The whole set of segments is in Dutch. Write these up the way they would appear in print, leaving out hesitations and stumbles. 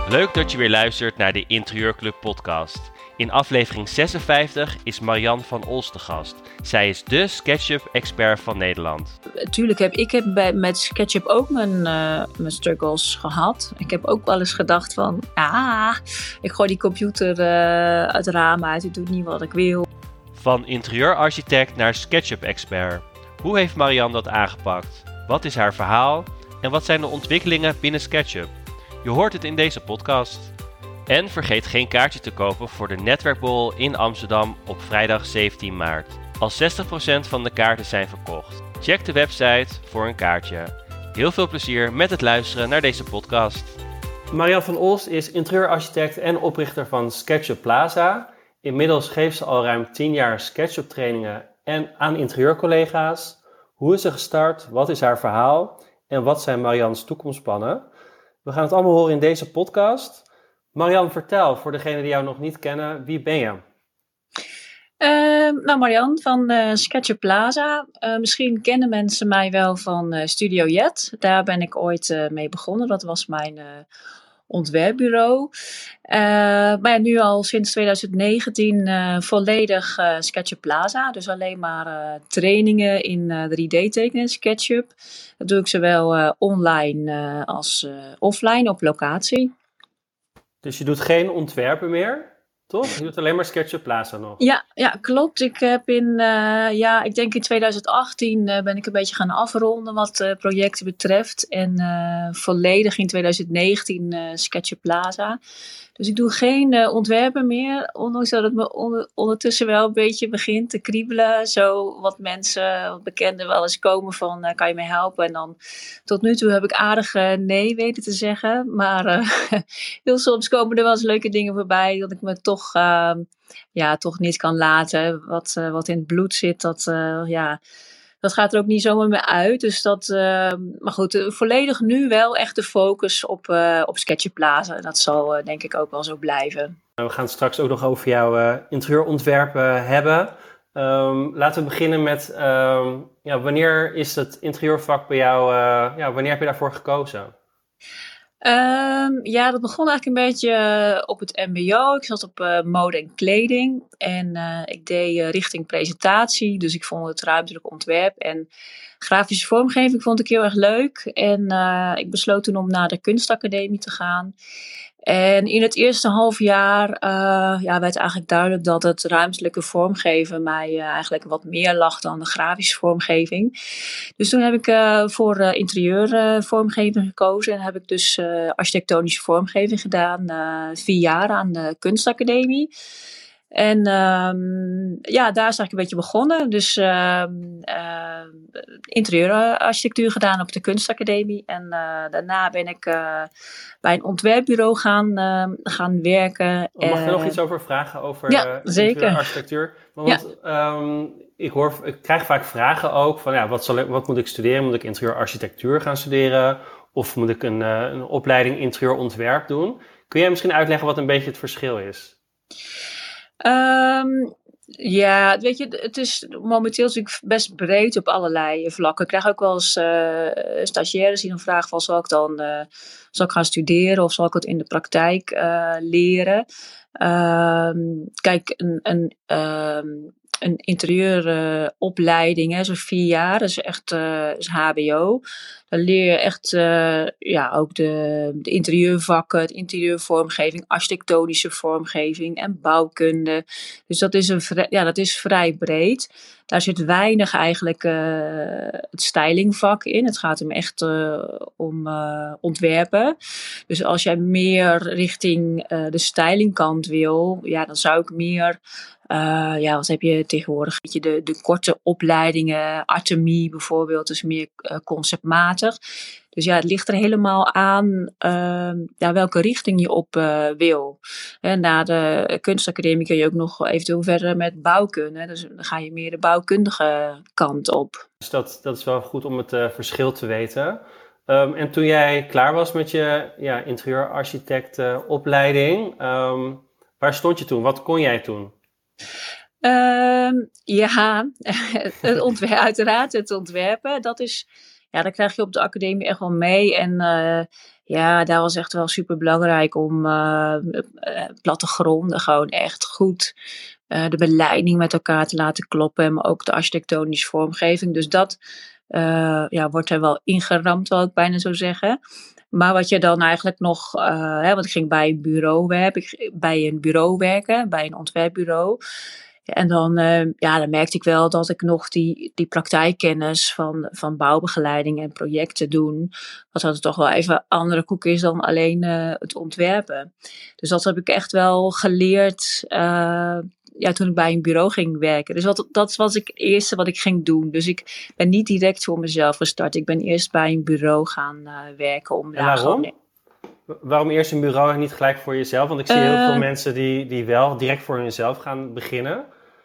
Leuk dat je weer luistert naar de Interieurclub podcast. In aflevering 56 is Marianne van Ols te gast. Zij is dé SketchUp-expert van Nederland. Tuurlijk heb ik met SketchUp ook mijn struggles gehad. Ik heb ook wel eens gedacht van, ik gooi die computer uit het raam uit. Ik doe niet wat ik wil. Van interieurarchitect naar SketchUp-expert. Hoe heeft Marianne dat aangepakt? Wat is haar verhaal? En wat zijn de ontwikkelingen binnen SketchUp? Je hoort het in deze podcast. En vergeet geen kaartje te kopen voor de netwerkborrel in Amsterdam op vrijdag 17 maart. Al 60% van de kaarten zijn verkocht. Check de website voor een kaartje. Heel veel plezier met het luisteren naar deze podcast. Marianne van Ols is interieurarchitect en oprichter van SketchUp Plaza. Inmiddels geeft ze al ruim 10 jaar SketchUp trainingen en aan interieurcollega's. Hoe is ze gestart? Wat is haar verhaal? En wat zijn Marianne's toekomstplannen? We gaan het allemaal horen in deze podcast. Marianne, vertel voor degenen die jou nog niet kennen, wie ben je? Marianne van SketchUp Plaza. Misschien kennen mensen mij wel van Studio Jet. Daar ben ik ooit mee begonnen. Dat was mijn ontwerpbureau. Maar nu al sinds 2019 volledig SketchUp Plaza. Dus alleen maar trainingen in 3D-tekenen SketchUp. Dat doe ik zowel online als offline op locatie. Dus je doet geen ontwerpen meer, toch? Je doet alleen maar SketchUp Plaza nog. Ja, klopt. Ik heb ik denk in 2018 ben ik een beetje gaan afronden wat projecten betreft. En volledig in 2019 SketchUp Plaza. Dus ik doe geen ontwerpen meer, ondanks dat het me ondertussen wel een beetje begint te kriebelen. Zo wat mensen, wat bekenden wel eens komen van, kan je me helpen? En dan tot nu toe heb ik aardig nee weten te zeggen. Maar heel soms komen er wel eens leuke dingen voorbij dat ik me toch niet kan laten. Wat in het bloed zit, dat gaat er ook niet zomaar meer uit. Dus maar goed, volledig nu wel echt de focus op SketchUp Plaza. Dat zal denk ik ook wel zo blijven. We gaan het straks ook nog over jouw interieurontwerpen hebben. Laten we beginnen met, wanneer is het interieurvak bij jou, wanneer heb je daarvoor gekozen? Dat begon eigenlijk een beetje op het mbo. Ik zat op mode en kleding. En ik deed richting presentatie. Dus ik vond het ruimtelijk ontwerp en grafische vormgeving vond ik heel erg leuk. En ik besloot toen om naar de kunstacademie te gaan. En in het eerste half jaar werd eigenlijk duidelijk dat het ruimtelijke vormgeven mij eigenlijk wat meer lag dan de grafische vormgeving. Dus toen heb ik voor interieurvormgeving gekozen en heb ik dus architectonische vormgeving gedaan, 4 jaar aan de kunstacademie. En daar is eigenlijk een beetje begonnen. Dus interieurarchitectuur gedaan op de kunstacademie. En daarna ben ik bij een ontwerpbureau gaan werken. Mag ik er nog iets over vragen over interieurarchitectuur? Ik krijg vaak vragen ook van wat moet ik studeren? Moet ik interieurarchitectuur gaan studeren? Of moet ik een opleiding interieurontwerp doen? Kun jij misschien uitleggen wat een beetje het verschil is? Weet je, het is momenteel natuurlijk best breed op allerlei vlakken. Ik krijg ook wel eens stagiaires die dan vragen van zal ik gaan studeren of zal ik het in de praktijk leren? Een interieuropleiding, zo'n 4 jaar, dat is echt is HBO. Dan leer je echt ook de interieurvakken, het interieurvormgeving, architectonische vormgeving en bouwkunde. Dus dat is vrij breed. Daar zit weinig eigenlijk het stylingvak in. Het gaat hem echt om ontwerpen. Dus als jij meer richting de stylingkant wil, dan zou ik meer wat heb je tegenwoordig? De korte opleidingen, Artemie bijvoorbeeld, dus meer conceptmatig. Dus het ligt er helemaal aan welke richting je op wil. En na de kunstacademie kun je ook nog eventueel verder met bouwkunde. Dus dan ga je meer de bouwkundige kant op. Dus dat is wel goed om het verschil te weten. En toen jij klaar was met je interieurarchitectenopleiding, waar stond je toen? Wat kon jij toen? Uiteraard het ontwerpen. Dat is Ja, dat krijg je op de academie echt wel mee. En ja, daar was echt wel super belangrijk om plattegronden gewoon echt goed de beleiding met elkaar te laten kloppen. Maar ook de architectonische vormgeving. Dus dat ja, wordt er wel ingeramd, wil ik bijna zo zeggen. Maar wat je dan eigenlijk nog, want ik ging bij een bureau werken, bij een ontwerpbureau. En dan, ja, dan merkte ik wel dat ik nog die praktijkkennis van bouwbegeleiding en projecten doen, wat dat toch wel even andere koek is dan alleen het ontwerpen. Dus dat heb ik echt wel geleerd ja, toen ik bij een bureau ging werken. Dus dat was het eerste wat ik ging doen. Dus ik ben niet direct voor mezelf gestart. Ik ben eerst bij een bureau gaan werken. En waarom? Waarom eerst een bureau en niet gelijk voor jezelf? Want ik zie heel veel mensen die wel direct voor hunzelf gaan beginnen.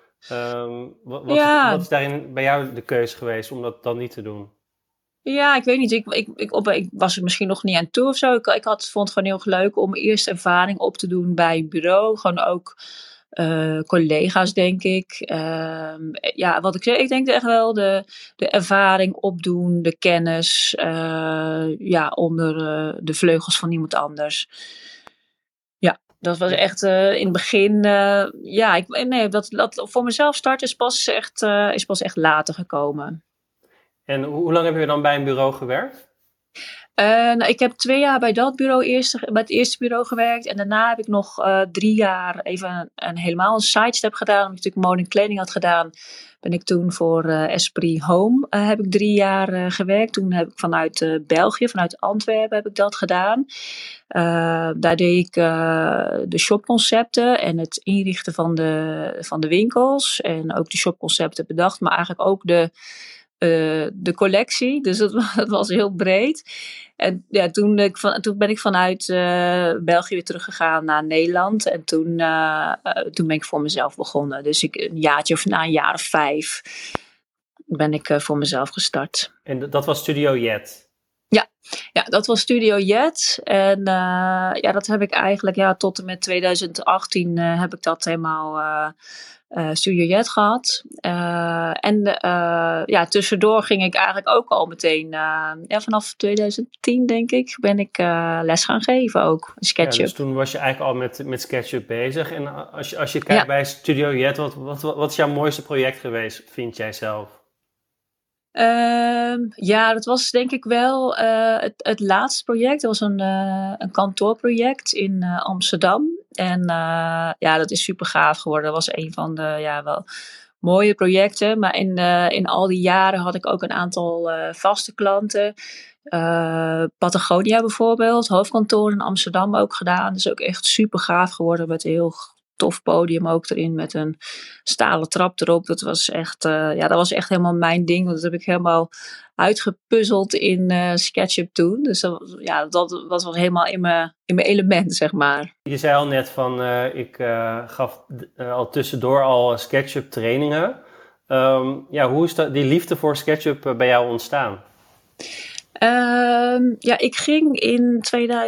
Wat is daarin bij jou de keuze geweest om dat dan niet te doen? Ja, ik weet niet. Ik was er misschien nog niet aan toe of zo. Vond het gewoon heel erg leuk om eerst ervaring op te doen bij een bureau. Gewoon ook collega's, denk ik. Ja, wat ik zeg, ik denk echt wel de ervaring opdoen, de kennis. Ja, onder de vleugels van iemand anders. Ja, dat was echt in het begin. Ja, nee, dat voor mezelf starten is pas echt later gekomen. En hoe lang heb je dan bij een bureau gewerkt? Nou, ik heb 2 jaar bij bij het eerste bureau gewerkt. En daarna heb ik nog 3 jaar even helemaal een sidestep gedaan. Omdat ik natuurlijk mode en kleding had gedaan. Ben ik toen voor Esprit Home heb ik 3 jaar gewerkt. Toen heb ik vanuit België, vanuit Antwerpen heb ik dat gedaan. Daar deed ik de shopconcepten en het inrichten van de winkels. En ook de shopconcepten bedacht. Maar eigenlijk ook de collectie. Dus dat was heel breed. En ja, toen ben ik vanuit België weer teruggegaan naar Nederland. En toen ben ik voor mezelf begonnen. Dus na een jaar of 5 ben ik voor mezelf gestart. En dat was Studio Jet? Ja, dat was Studio Jet. En ja, dat heb ik eigenlijk tot en met 2018 heb ik dat helemaal Studio Jet gehad. Ja, tussendoor ging ik eigenlijk ook al meteen, vanaf 2010 denk ik, ben ik les gaan geven ook, SketchUp. Ja, dus toen was je eigenlijk al met SketchUp bezig. En als je kijkt bij Studio Jet, wat is jouw mooiste project geweest, vind jij zelf? Ja, dat was denk ik wel het laatste project. Dat was een kantoorproject in Amsterdam. En ja, dat is super gaaf geworden. Dat was een van de wel mooie projecten. Maar in al die jaren had ik ook een aantal vaste klanten. Patagonia bijvoorbeeld, hoofdkantoor in Amsterdam ook gedaan. Dat is ook echt super gaaf geworden met een heel tof podium ook erin met een stalen trap erop. Dat was echt helemaal mijn ding. Dat heb ik helemaal uitgepuzzeld in SketchUp toen. Dus dat was helemaal in mijn element, zeg maar. Je zei al net van, ik gaf al tussendoor al SketchUp trainingen. Hoe is die liefde voor SketchUp bij jou ontstaan? Ja, ik ging in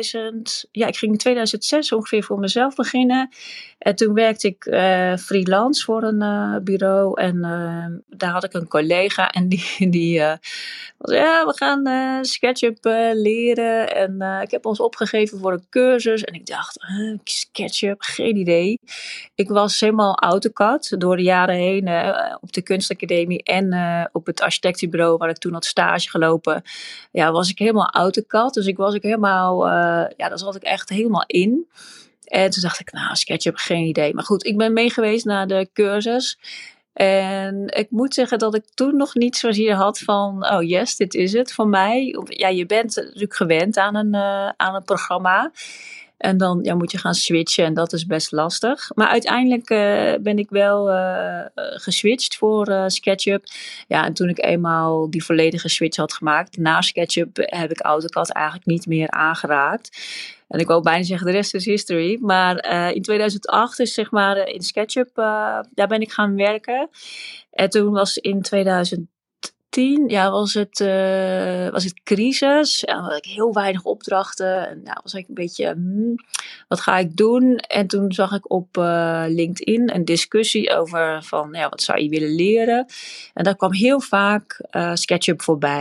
2006 ongeveer voor mezelf beginnen. En toen werkte ik freelance voor een bureau. En daar had ik een collega en die was, we gaan SketchUp leren. En ik heb ons opgegeven voor een cursus. En ik dacht, SketchUp, geen idee. Ik was helemaal AutoCAD door de jaren heen op de kunstacademie en op het architectenbureau waar ik toen had stage gelopen. Ja, was ik helemaal AutoCAD. Dus ik was ook helemaal, daar zat ik echt helemaal in. En toen dacht ik, SketchUp, geen idee. Maar goed, ik ben meegeweest naar de cursus. En ik moet zeggen dat ik toen nog niet zozeer had van, oh yes, dit is het voor mij. Ja, je bent natuurlijk gewend aan een programma. En dan moet je gaan switchen en dat is best lastig. Maar uiteindelijk ben ik wel geswitcht voor SketchUp. Ja, en toen ik eenmaal die volledige switch had gemaakt naar SketchUp, heb ik AutoCAD eigenlijk niet meer aangeraakt. En ik wou bijna zeggen, de rest is history. Maar in 2008 is zeg maar in SketchUp, daar ben ik gaan werken. En toen was in 2010 was het crisis. En had ik heel weinig opdrachten. En was ik een beetje, wat ga ik doen? En toen zag ik op LinkedIn een discussie over van, wat zou je willen leren? En daar kwam heel vaak SketchUp voorbij.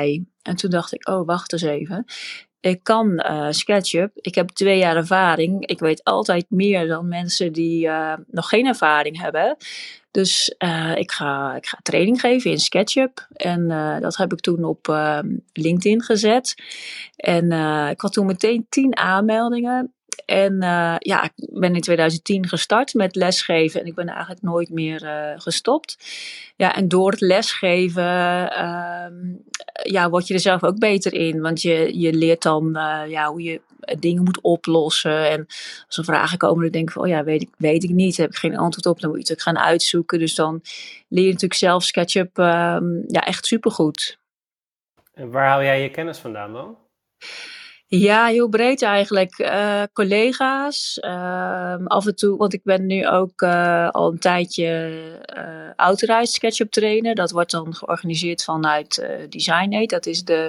En toen dacht ik, oh, wacht eens even. Ik kan SketchUp. Ik heb 2 jaar ervaring. Ik weet altijd meer dan mensen die nog geen ervaring hebben. Dus ik ga training geven in SketchUp. En dat heb ik toen op LinkedIn gezet. En ik had toen meteen 10 aanmeldingen. En ik ben in 2010 gestart met lesgeven en ik ben eigenlijk nooit meer gestopt. Ja, en door het lesgeven word je er zelf ook beter in. Want je leert dan hoe je dingen moet oplossen. En als er vragen komen, dan denk ik van, weet ik niet. Heb ik geen antwoord op, dan moet je het gaan uitzoeken. Dus dan leer je natuurlijk zelf SketchUp echt supergoed. En waar haal jij je kennis vandaan dan? Ja, heel breed eigenlijk. Collega's, af en toe, want ik ben nu ook al een tijdje Authorized SketchUp trainer. Dat wordt dan georganiseerd vanuit DesignAid. Dat is de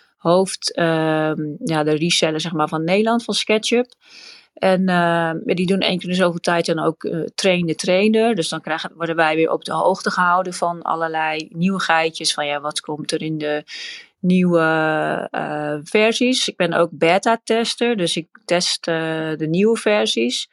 de reseller zeg maar, van Nederland van SketchUp. En die doen 1 keer in zoveel tijd dan ook trainer. Dus dan worden wij weer op de hoogte gehouden van allerlei nieuwigheidjes. Van wat komt er in de nieuwe versies. Ik ben ook beta-tester, dus ik test de nieuwe versies.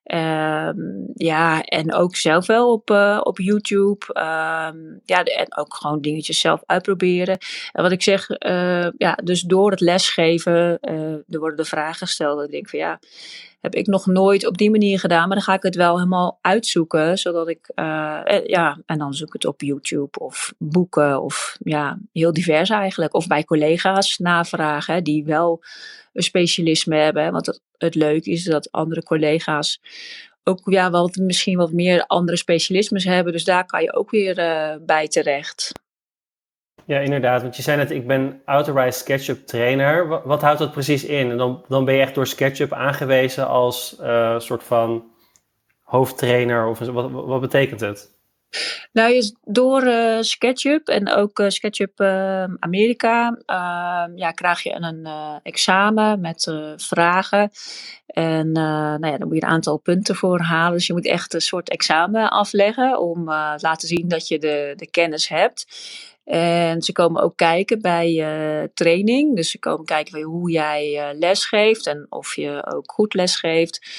En ook zelf wel op YouTube. En ook gewoon dingetjes zelf uitproberen. En wat ik zeg, dus door het lesgeven, er worden de vragen gesteld. Ik denk van heb ik nog nooit op die manier gedaan, maar dan ga ik het wel helemaal uitzoeken, zodat ik, en dan zoek ik het op YouTube of boeken of heel divers eigenlijk. Of bij collega's navragen, die wel een specialisme hebben. Want het leuke is dat andere collega's ook misschien wat meer andere specialismes hebben. Dus daar kan je ook weer bij terecht. Ja, inderdaad. Want je zei net, ik ben Authorized SketchUp trainer. Wat houdt dat precies in? En dan ben je echt door SketchUp aangewezen als soort van hoofdtrainer? Of wat betekent het? Nou, door SketchUp en ook SketchUp Amerika krijg je een examen met vragen. En dan moet je een aantal punten voor halen. Dus je moet echt een soort examen afleggen om te laten zien dat je de kennis hebt. En ze komen ook kijken bij training. Dus ze komen kijken van hoe jij lesgeeft en of je ook goed lesgeeft.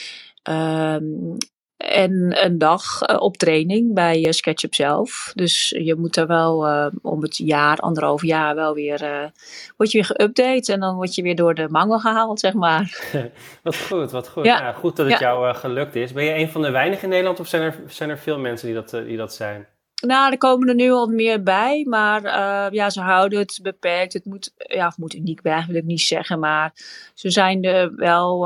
En een dag op training bij SketchUp zelf. Dus je moet er wel om het anderhalf jaar wel weer, word je weer geüpdate. En dan word je weer door de mangel gehaald, zeg maar. Wat goed. Ja, goed dat het jou gelukt is. Ben je een van de weinigen in Nederland of zijn er veel mensen die dat zijn? Nou, er komen er nu al meer bij, maar ze houden het beperkt. Het moet uniek bij, wil ik niet zeggen, maar ze zijn er wel.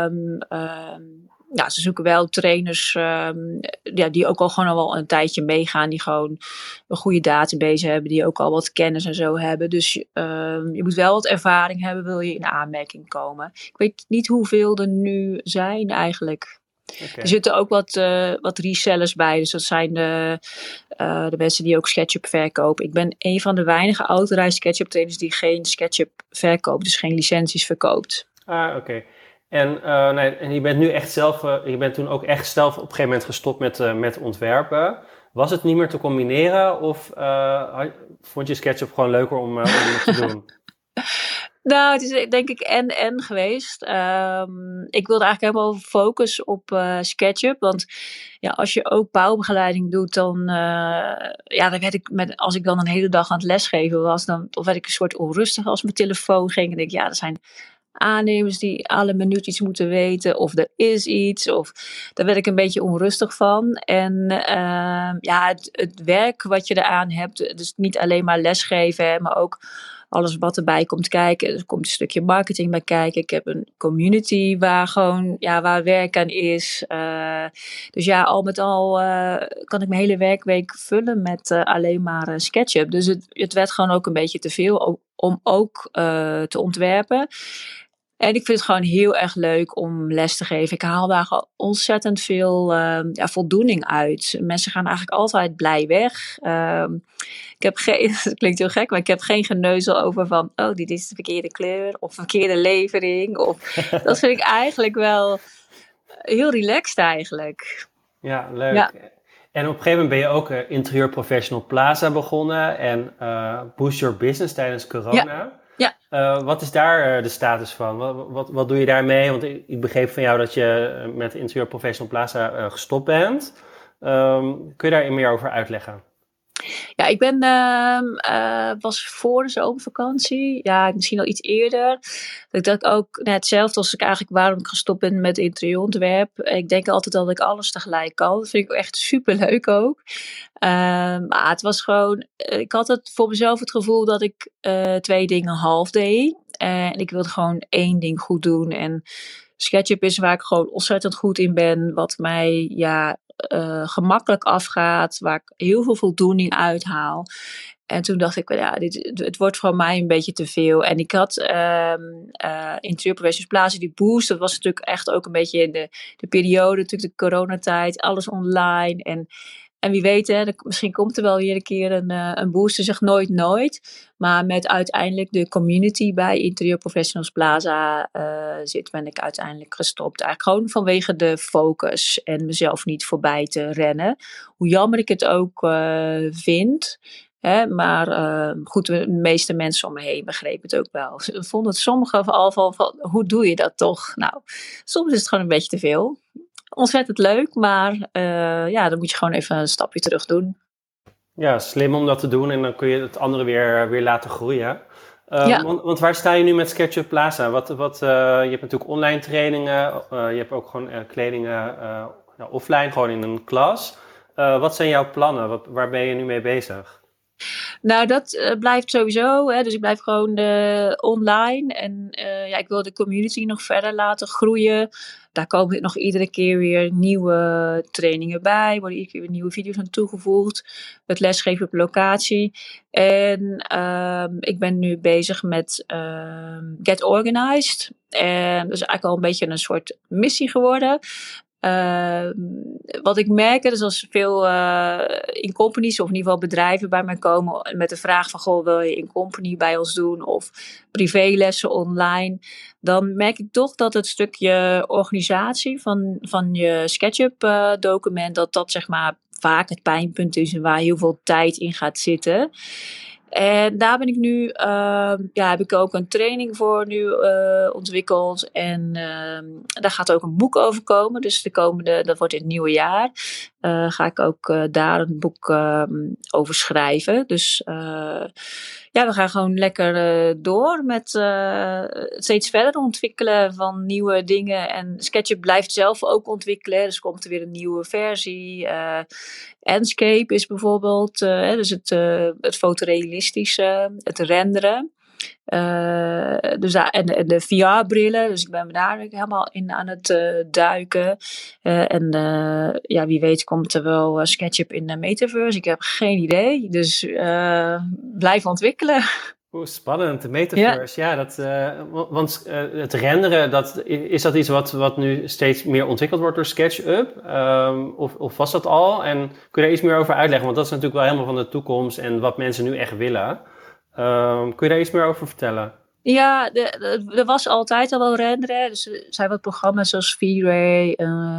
Ze zoeken wel trainers die ook al gewoon al wel een tijdje meegaan, die gewoon een goede database hebben, die ook al wat kennis en zo hebben. Dus je moet wel wat ervaring hebben, wil je in aanmerking komen. Ik weet niet hoeveel er nu zijn eigenlijk. Okay. Er zitten ook wat resellers bij. Dus dat zijn de mensen die ook SketchUp verkopen. Ik ben een van de weinige authorized SketchUp trainers die geen SketchUp verkoopt. Dus geen licenties verkoopt. Ah, oké. En je bent nu echt zelf, je bent toen ook echt zelf op een gegeven moment gestopt met ontwerpen. Was het niet meer te combineren of vond je SketchUp gewoon leuker om het te doen? Nou, het is denk ik en geweest. Ik wilde eigenlijk helemaal focus op SketchUp. Want als je ook bouwbegeleiding doet, dan werd ik als ik dan een hele dag aan het lesgeven was, dan werd ik een soort onrustig als mijn telefoon ging. En denk er zijn aannemers die alle minuutjes moeten weten of er is iets. Of daar werd ik een beetje onrustig van. En het werk wat je eraan hebt, dus niet alleen maar lesgeven, maar ook alles wat erbij komt kijken. Er komt een stukje marketing bij kijken. Ik heb een community waar gewoon, waar werk aan is. Dus al met al kan ik mijn hele werkweek vullen met alleen maar SketchUp. Dus het werd gewoon ook een beetje te veel om ook te ontwerpen. En ik vind het gewoon heel erg leuk om les te geven. Ik haal daar ontzettend veel voldoening uit. Mensen gaan eigenlijk altijd blij weg. Ik heb dat klinkt heel gek, maar ik heb geen geneuzel over van, dit is de verkeerde kleur of verkeerde levering. Dat vind ik eigenlijk wel heel relaxed eigenlijk. Ja, leuk. Ja. En op een gegeven moment ben je ook Interieur Professional Plaza begonnen en Boost Your Business tijdens corona. Wat is daar de status van? Wat doe je daarmee? Want ik begreep van jou dat je met Interieur Professional Plaza gestopt bent. Kun je daar meer over uitleggen? Ja, ik was voor de zomervakantie, ja, misschien al iets eerder. Ik dacht ook net hetzelfde als ik eigenlijk waarom ik gestopt ben met interieurontwerp. Ik denk altijd dat ik alles tegelijk kan. Dat vind ik echt super leuk ook. Maar het was gewoon, ik had het voor mezelf het gevoel dat ik 2 dingen half deed. En ik wilde gewoon 1 ding goed doen. En SketchUp is waar ik gewoon ontzettend goed in ben. Wat mij gemakkelijk afgaat. Waar ik heel veel voldoening uithaal. En toen dacht ik, ja, het wordt voor mij een beetje te veel. En ik had Interieur Professionals Plaza, die boost. Dat was natuurlijk echt ook een beetje in de periode, natuurlijk de coronatijd. Alles online. En wie weet, hè, misschien komt er wel weer een keer een booster. Zeg nooit nooit. Maar met uiteindelijk de community bij Interieur Professionals Plaza ben ik uiteindelijk gestopt. Eigenlijk gewoon vanwege de focus en mezelf niet voorbij te rennen. Hoe jammer ik het ook vind. Hè, maar goed, de meeste mensen om me heen begrepen het ook wel. Ze vonden het sommigen al van, hoe doe je dat toch? Nou, soms is het gewoon een beetje te veel. Ontzettend leuk, maar dan moet je gewoon even een stapje terug doen. Ja, slim om dat te doen en dan kun je het andere weer laten groeien. Ja. Want waar sta je nu met SketchUp Plaza? Je hebt natuurlijk online trainingen, je hebt ook gewoon kledingen offline, gewoon in een klas. Wat zijn jouw plannen? Waar ben je nu mee bezig? Nou, dat blijft sowieso. Hè. Dus ik blijf gewoon online. En ik wil de community nog verder laten groeien. Daar komen nog iedere keer weer nieuwe trainingen bij. Worden iedere keer weer nieuwe video's aan toegevoegd. Het lesgeven op locatie. En ik ben nu bezig met Get Organized. En dat is eigenlijk al een beetje een soort missie geworden. Wat ik merk, dus als veel in companies of in ieder geval bedrijven bij mij komen met de vraag van, goh, wil je in company bij ons doen of privélessen online, dan merk ik toch dat het stukje organisatie van je SketchUp document, dat zeg maar vaak het pijnpunt is en waar heel veel tijd in gaat zitten. En daar ben ik nu, heb ik ook een training voor nu ontwikkeld. En daar gaat ook een boek over komen. Dus dat wordt in het nieuwe jaar. Ga ik ook daar een boek over schrijven. Dus we gaan gewoon lekker door met steeds verder ontwikkelen van nieuwe dingen. En SketchUp blijft zelf ook ontwikkelen. Dus komt er weer een nieuwe versie. Enscape is bijvoorbeeld, dus het fotorealistische, het renderen. En de VR-brillen, dus ik ben daar helemaal in aan het duiken. Wie weet komt er wel SketchUp in de metaverse. Ik heb geen idee, dus blijf ontwikkelen. Oeh, spannend, de metaverse. Ja, want het renderen, is dat iets wat nu steeds meer ontwikkeld wordt door SketchUp? Of was dat al? En kun je daar iets meer over uitleggen? Want dat is natuurlijk wel helemaal van de toekomst en wat mensen nu echt willen. Kun je daar iets meer over vertellen? Ja, er was altijd al wel renderen. Dus er zijn wat programma's zoals V-Ray,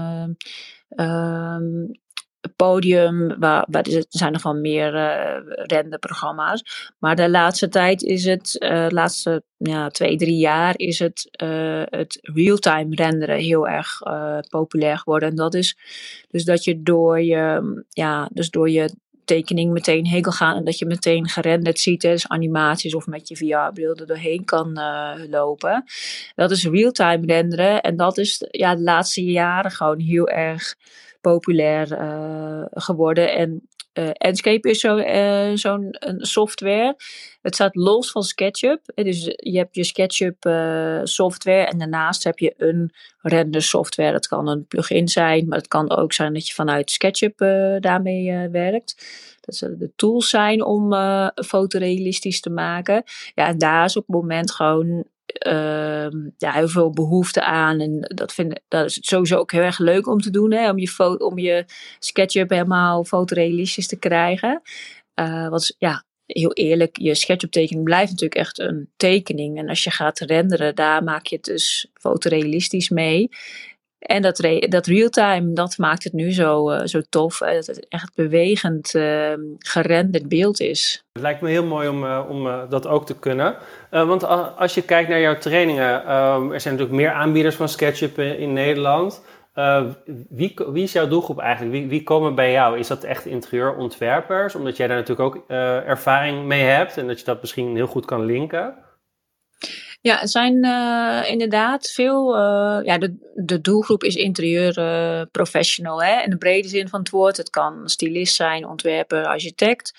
Podium, er zijn nog wel meer renderprogramma's. Maar de laatste tijd is het, laatste 2-3 jaar is het real-time renderen heel erg populair geworden. En dat is dus dat je door je tekening meteen heen kan gaan en dat je meteen gerenderd ziet, dus animaties of met je VR-bril er doorheen kan lopen. Dat is real-time renderen en dat is de laatste jaren gewoon heel erg populair geworden. En Enscape is zo'n software. Het staat los van SketchUp. Dus je hebt je SketchUp software en daarnaast heb je een render software. Dat kan een plugin zijn, maar het kan ook zijn dat je vanuit SketchUp daarmee werkt. Dat ze de tools zijn om fotorealistisch te maken. Ja, en daar is op het moment gewoon heel veel behoefte aan. En dat is sowieso ook heel erg leuk om te doen. Hè? Om je SketchUp helemaal fotorealistisch te krijgen. Heel eerlijk, je SketchUp tekening blijft natuurlijk echt een tekening. En als je gaat renderen, daar maak je het dus fotorealistisch mee. En dat real-time, dat maakt het nu zo tof. Dat het echt bewegend gerenderd beeld is. Het lijkt me heel mooi om dat ook te kunnen. Want als je kijkt naar jouw trainingen, er zijn natuurlijk meer aanbieders van SketchUp in Nederland. Wie is jouw doelgroep eigenlijk? Wie komen bij jou? Is dat echt interieurontwerpers? Omdat jij daar natuurlijk ook ervaring mee hebt en dat je dat misschien heel goed kan linken. Ja, er zijn inderdaad veel. De doelgroep is interieur professional, hè, in de brede zin van het woord. Het kan stylist zijn, ontwerper, architect.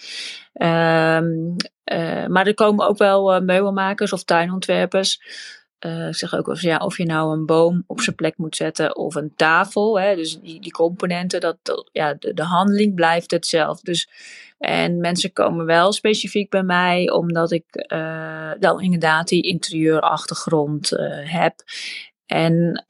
Maar er komen ook wel meubelmakers of tuinontwerpers. Ik zeg ook wel eens, of je nou een boom op zijn plek moet zetten of een tafel. Hè, dus die componenten, de handeling blijft hetzelfde. Dus, en mensen komen wel specifiek bij mij omdat ik dan inderdaad die interieurachtergrond heb. En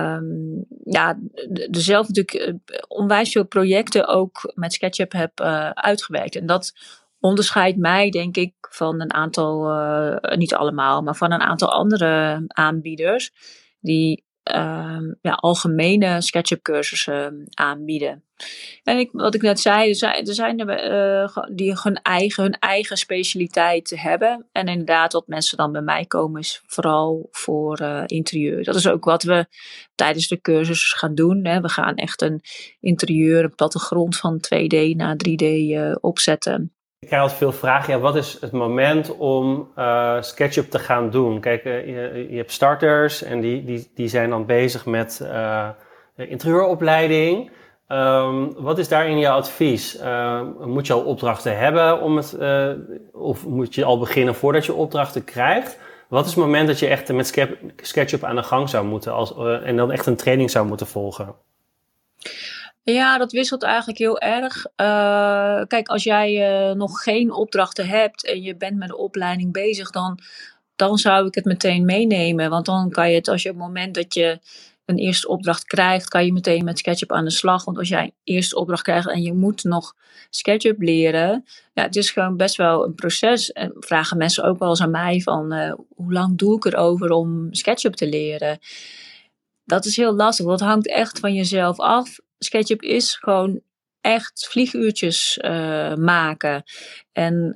er zelf natuurlijk onwijs veel projecten ook met SketchUp heb uitgewerkt. En dat onderscheidt mij, denk ik, van een aantal, niet allemaal, maar van een aantal andere aanbieders die algemene SketchUp cursussen aanbieden. En wat ik net zei, er zijn die hun eigen specialiteit hebben. En inderdaad, wat mensen dan bij mij komen, is vooral voor interieur. Dat is ook wat we tijdens de cursus gaan doen. Hè. We gaan echt een plattegrond van 2D naar 3D opzetten. Ik krijg altijd veel vragen. Wat is het moment om SketchUp te gaan doen? Kijk, je hebt starters en die zijn dan bezig met interieuropleiding. Wat is daarin jouw advies? Moet je al opdrachten hebben of moet je al beginnen voordat je opdrachten krijgt? Wat is het moment dat je echt met SketchUp aan de gang zou moeten en dan echt een training zou moeten volgen? Ja, dat wisselt eigenlijk heel erg. Kijk, als jij nog geen opdrachten hebt en je bent met de opleiding bezig, dan zou ik het meteen meenemen. Want dan kan je het, als je op het moment dat je een eerste opdracht krijgt, kan je meteen met SketchUp aan de slag. Want als jij een eerste opdracht krijgt en je moet nog SketchUp leren, ja, het is gewoon best wel een proces. En vragen mensen ook wel eens aan mij van, hoe lang doe ik erover om SketchUp te leren? Dat is heel lastig, want het hangt echt van jezelf af. SketchUp is gewoon echt vlieguurtjes maken. En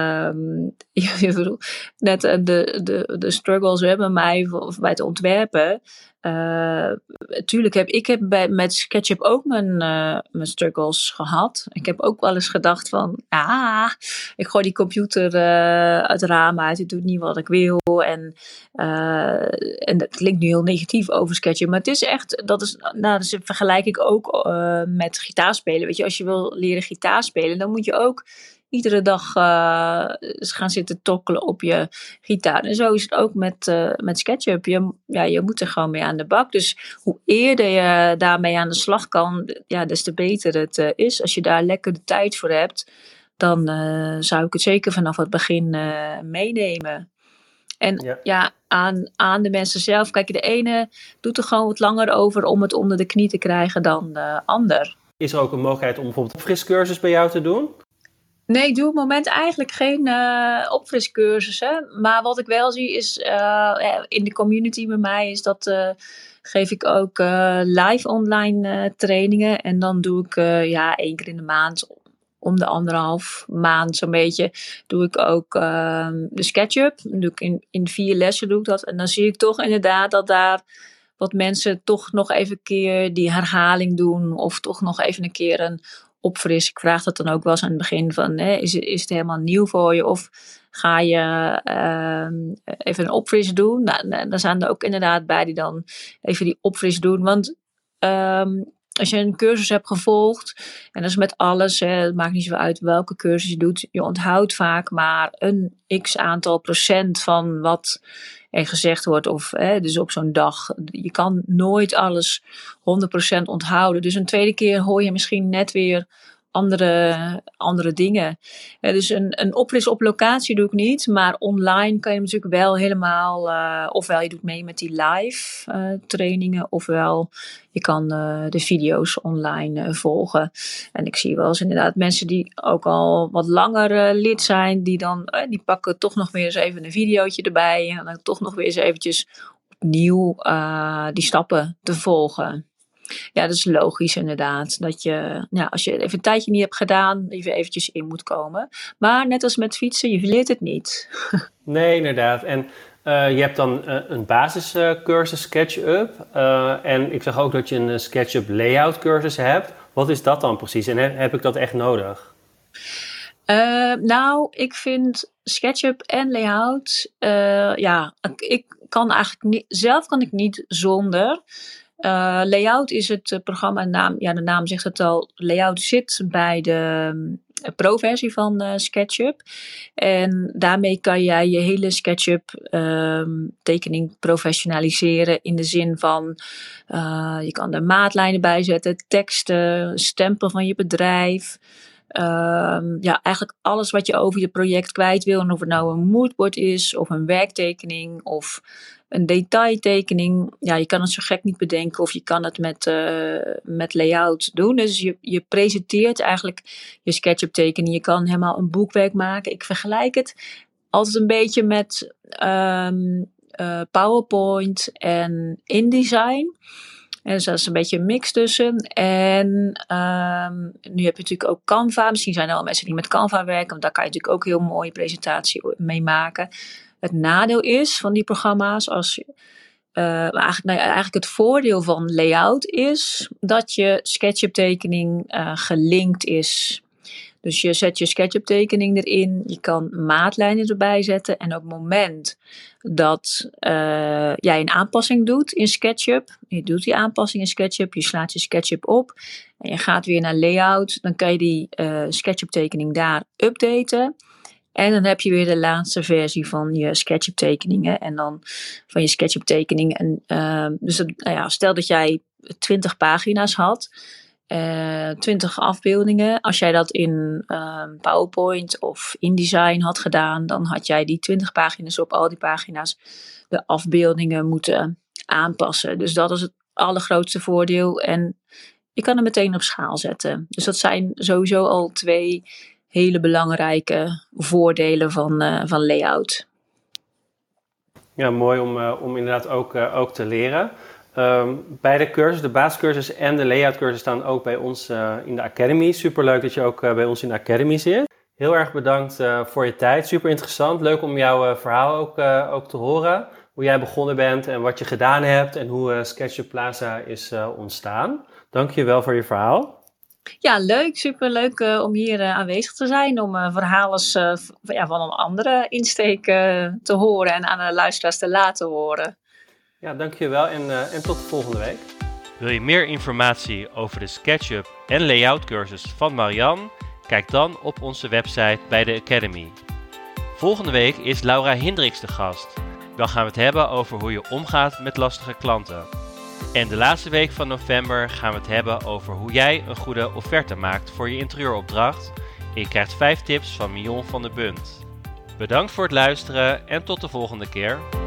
net de struggles bij mij bij het ontwerpen. Tuurlijk met SketchUp ook mijn struggles gehad. Ik heb ook wel eens gedacht van, ik gooi die computer uit het raam uit. Ik doe niet wat ik wil. En dat klinkt nu heel negatief over SketchUp. Maar het is echt, dat vergelijk ik ook met gitaarspelen. Weet je, als je wil leren gitaarspelen, dan moet je ook iedere dag gaan zitten tokkelen op je gitaar. En zo is het ook met SketchUp. Je moet er gewoon mee aan de bak. Dus hoe eerder je daarmee aan de slag kan, des te beter het is. Als je daar lekker de tijd voor hebt, dan zou ik het zeker vanaf het begin meenemen. En aan de mensen zelf. Kijk, de ene doet er gewoon wat langer over om het onder de knie te krijgen dan de ander. Is er ook een mogelijkheid om bijvoorbeeld een opfriscursus bij jou te doen? Nee, ik doe op het moment eigenlijk geen opfriscursussen. Maar wat ik wel zie is in de community bij mij is dat geef ik ook live online trainingen. En dan doe ik 1 keer in de maand, om de 1,5 maand zo'n beetje, doe ik ook de SketchUp. Doe ik in 4 lessen doe ik dat. En dan zie ik toch inderdaad dat daar wat mensen toch nog even een keer die herhaling doen. Of toch nog even een keer een opfris. Ik vraag dat dan ook wel eens aan het begin van, is het helemaal nieuw voor je? Of ga je even een opfris doen? Nou, dan zijn er ook inderdaad bij die dan even die opfris doen. Want als je een cursus hebt gevolgd, en dat is met alles, het maakt niet zo uit welke cursus je doet, je onthoudt vaak maar een x-aantal procent van wat er gezegd wordt. Of dus op zo'n dag. Je kan nooit alles 100% onthouden. Dus een tweede keer hoor je misschien net weer andere dingen. Dus een opfris op locatie doe ik niet. Maar online kan je natuurlijk wel helemaal, ofwel je doet mee met die live trainingen, ofwel je kan de video's online volgen. En ik zie wel eens inderdaad mensen die ook al wat langer lid zijn, die pakken toch nog weer eens even een videootje erbij. En dan toch nog weer eens eventjes opnieuw die stappen te volgen. Ja, dat is logisch inderdaad. Dat je, als je even een tijdje niet hebt gedaan, even eventjes in moet komen. Maar net als met fietsen, je verleert het niet. Nee, inderdaad. En je hebt dan een basiscursus SketchUp. En ik zag ook dat je een SketchUp layout cursus hebt. Wat is dat dan precies? En heb ik dat echt nodig? Ik vind SketchUp en layout, ik kan eigenlijk niet, zelf kan ik niet zonder. Layout is het programma, de naam zegt het al, layout zit bij de pro-versie van SketchUp. En daarmee kan jij je hele SketchUp tekening professionaliseren in de zin van, je kan er maatlijnen bij zetten, teksten, stempel van je bedrijf. Eigenlijk alles wat je over je project kwijt wil. En of het nou een moodboard is, of een werktekening, of een detailtekening. Ja, je kan het zo gek niet bedenken, of je kan het met layout doen. Dus je presenteert eigenlijk je SketchUp tekening. Je kan helemaal een boekwerk maken. Ik vergelijk het altijd een beetje met PowerPoint en InDesign. En dus dat is een beetje een mix tussen. En nu heb je natuurlijk ook Canva. Misschien zijn er al mensen die met Canva werken. Want daar kan je natuurlijk ook heel mooie presentatie mee maken. Het nadeel is van die programma's, eigenlijk het voordeel van layout is dat je SketchUp tekening gelinkt is. Dus je zet je SketchUp tekening erin, je kan maatlijnen erbij zetten en op het moment dat jij een aanpassing doet in SketchUp, je doet die aanpassing in SketchUp, je slaat je SketchUp op en je gaat weer naar layout, dan kan je die SketchUp tekening daar updaten. En dan heb je weer de laatste versie van je SketchUp tekeningen en dan van je SketchUp tekeningen. Stel dat jij 20 pagina's had, 20 afbeeldingen. Als jij dat in PowerPoint of InDesign had gedaan, dan had jij die 20 pagina's op al die pagina's de afbeeldingen moeten aanpassen. Dus dat is het allergrootste voordeel. En je kan hem meteen op schaal zetten. Dus dat zijn sowieso al 2 hele belangrijke voordelen van layout. Ja, mooi om inderdaad ook te leren. Beide cursussen, de basiscursus en de layoutcursus, staan ook bij ons in de Academy. Superleuk dat je ook bij ons in de Academy zit. Heel erg bedankt voor je tijd. Super interessant. Leuk om jouw verhaal ook te horen. Hoe jij begonnen bent en wat je gedaan hebt en hoe SketchUp Plaza is ontstaan. Dank je wel voor je verhaal. Ja, leuk. Superleuk om hier aanwezig te zijn. Om verhalen van een andere insteek te horen en aan de luisteraars te laten horen. Ja, dankjewel en tot de volgende week. Wil je meer informatie over de SketchUp en layout cursus van Marianne? Kijk dan op onze website bij de Academy. Volgende week is Laura Hindriks de gast. Dan gaan we het hebben over hoe je omgaat met lastige klanten. En de laatste week van november gaan we het hebben over hoe jij een goede offerte maakt voor je interieuropdracht. En je krijgt 5 tips van Mion van de Bunt. Bedankt voor het luisteren en tot de volgende keer.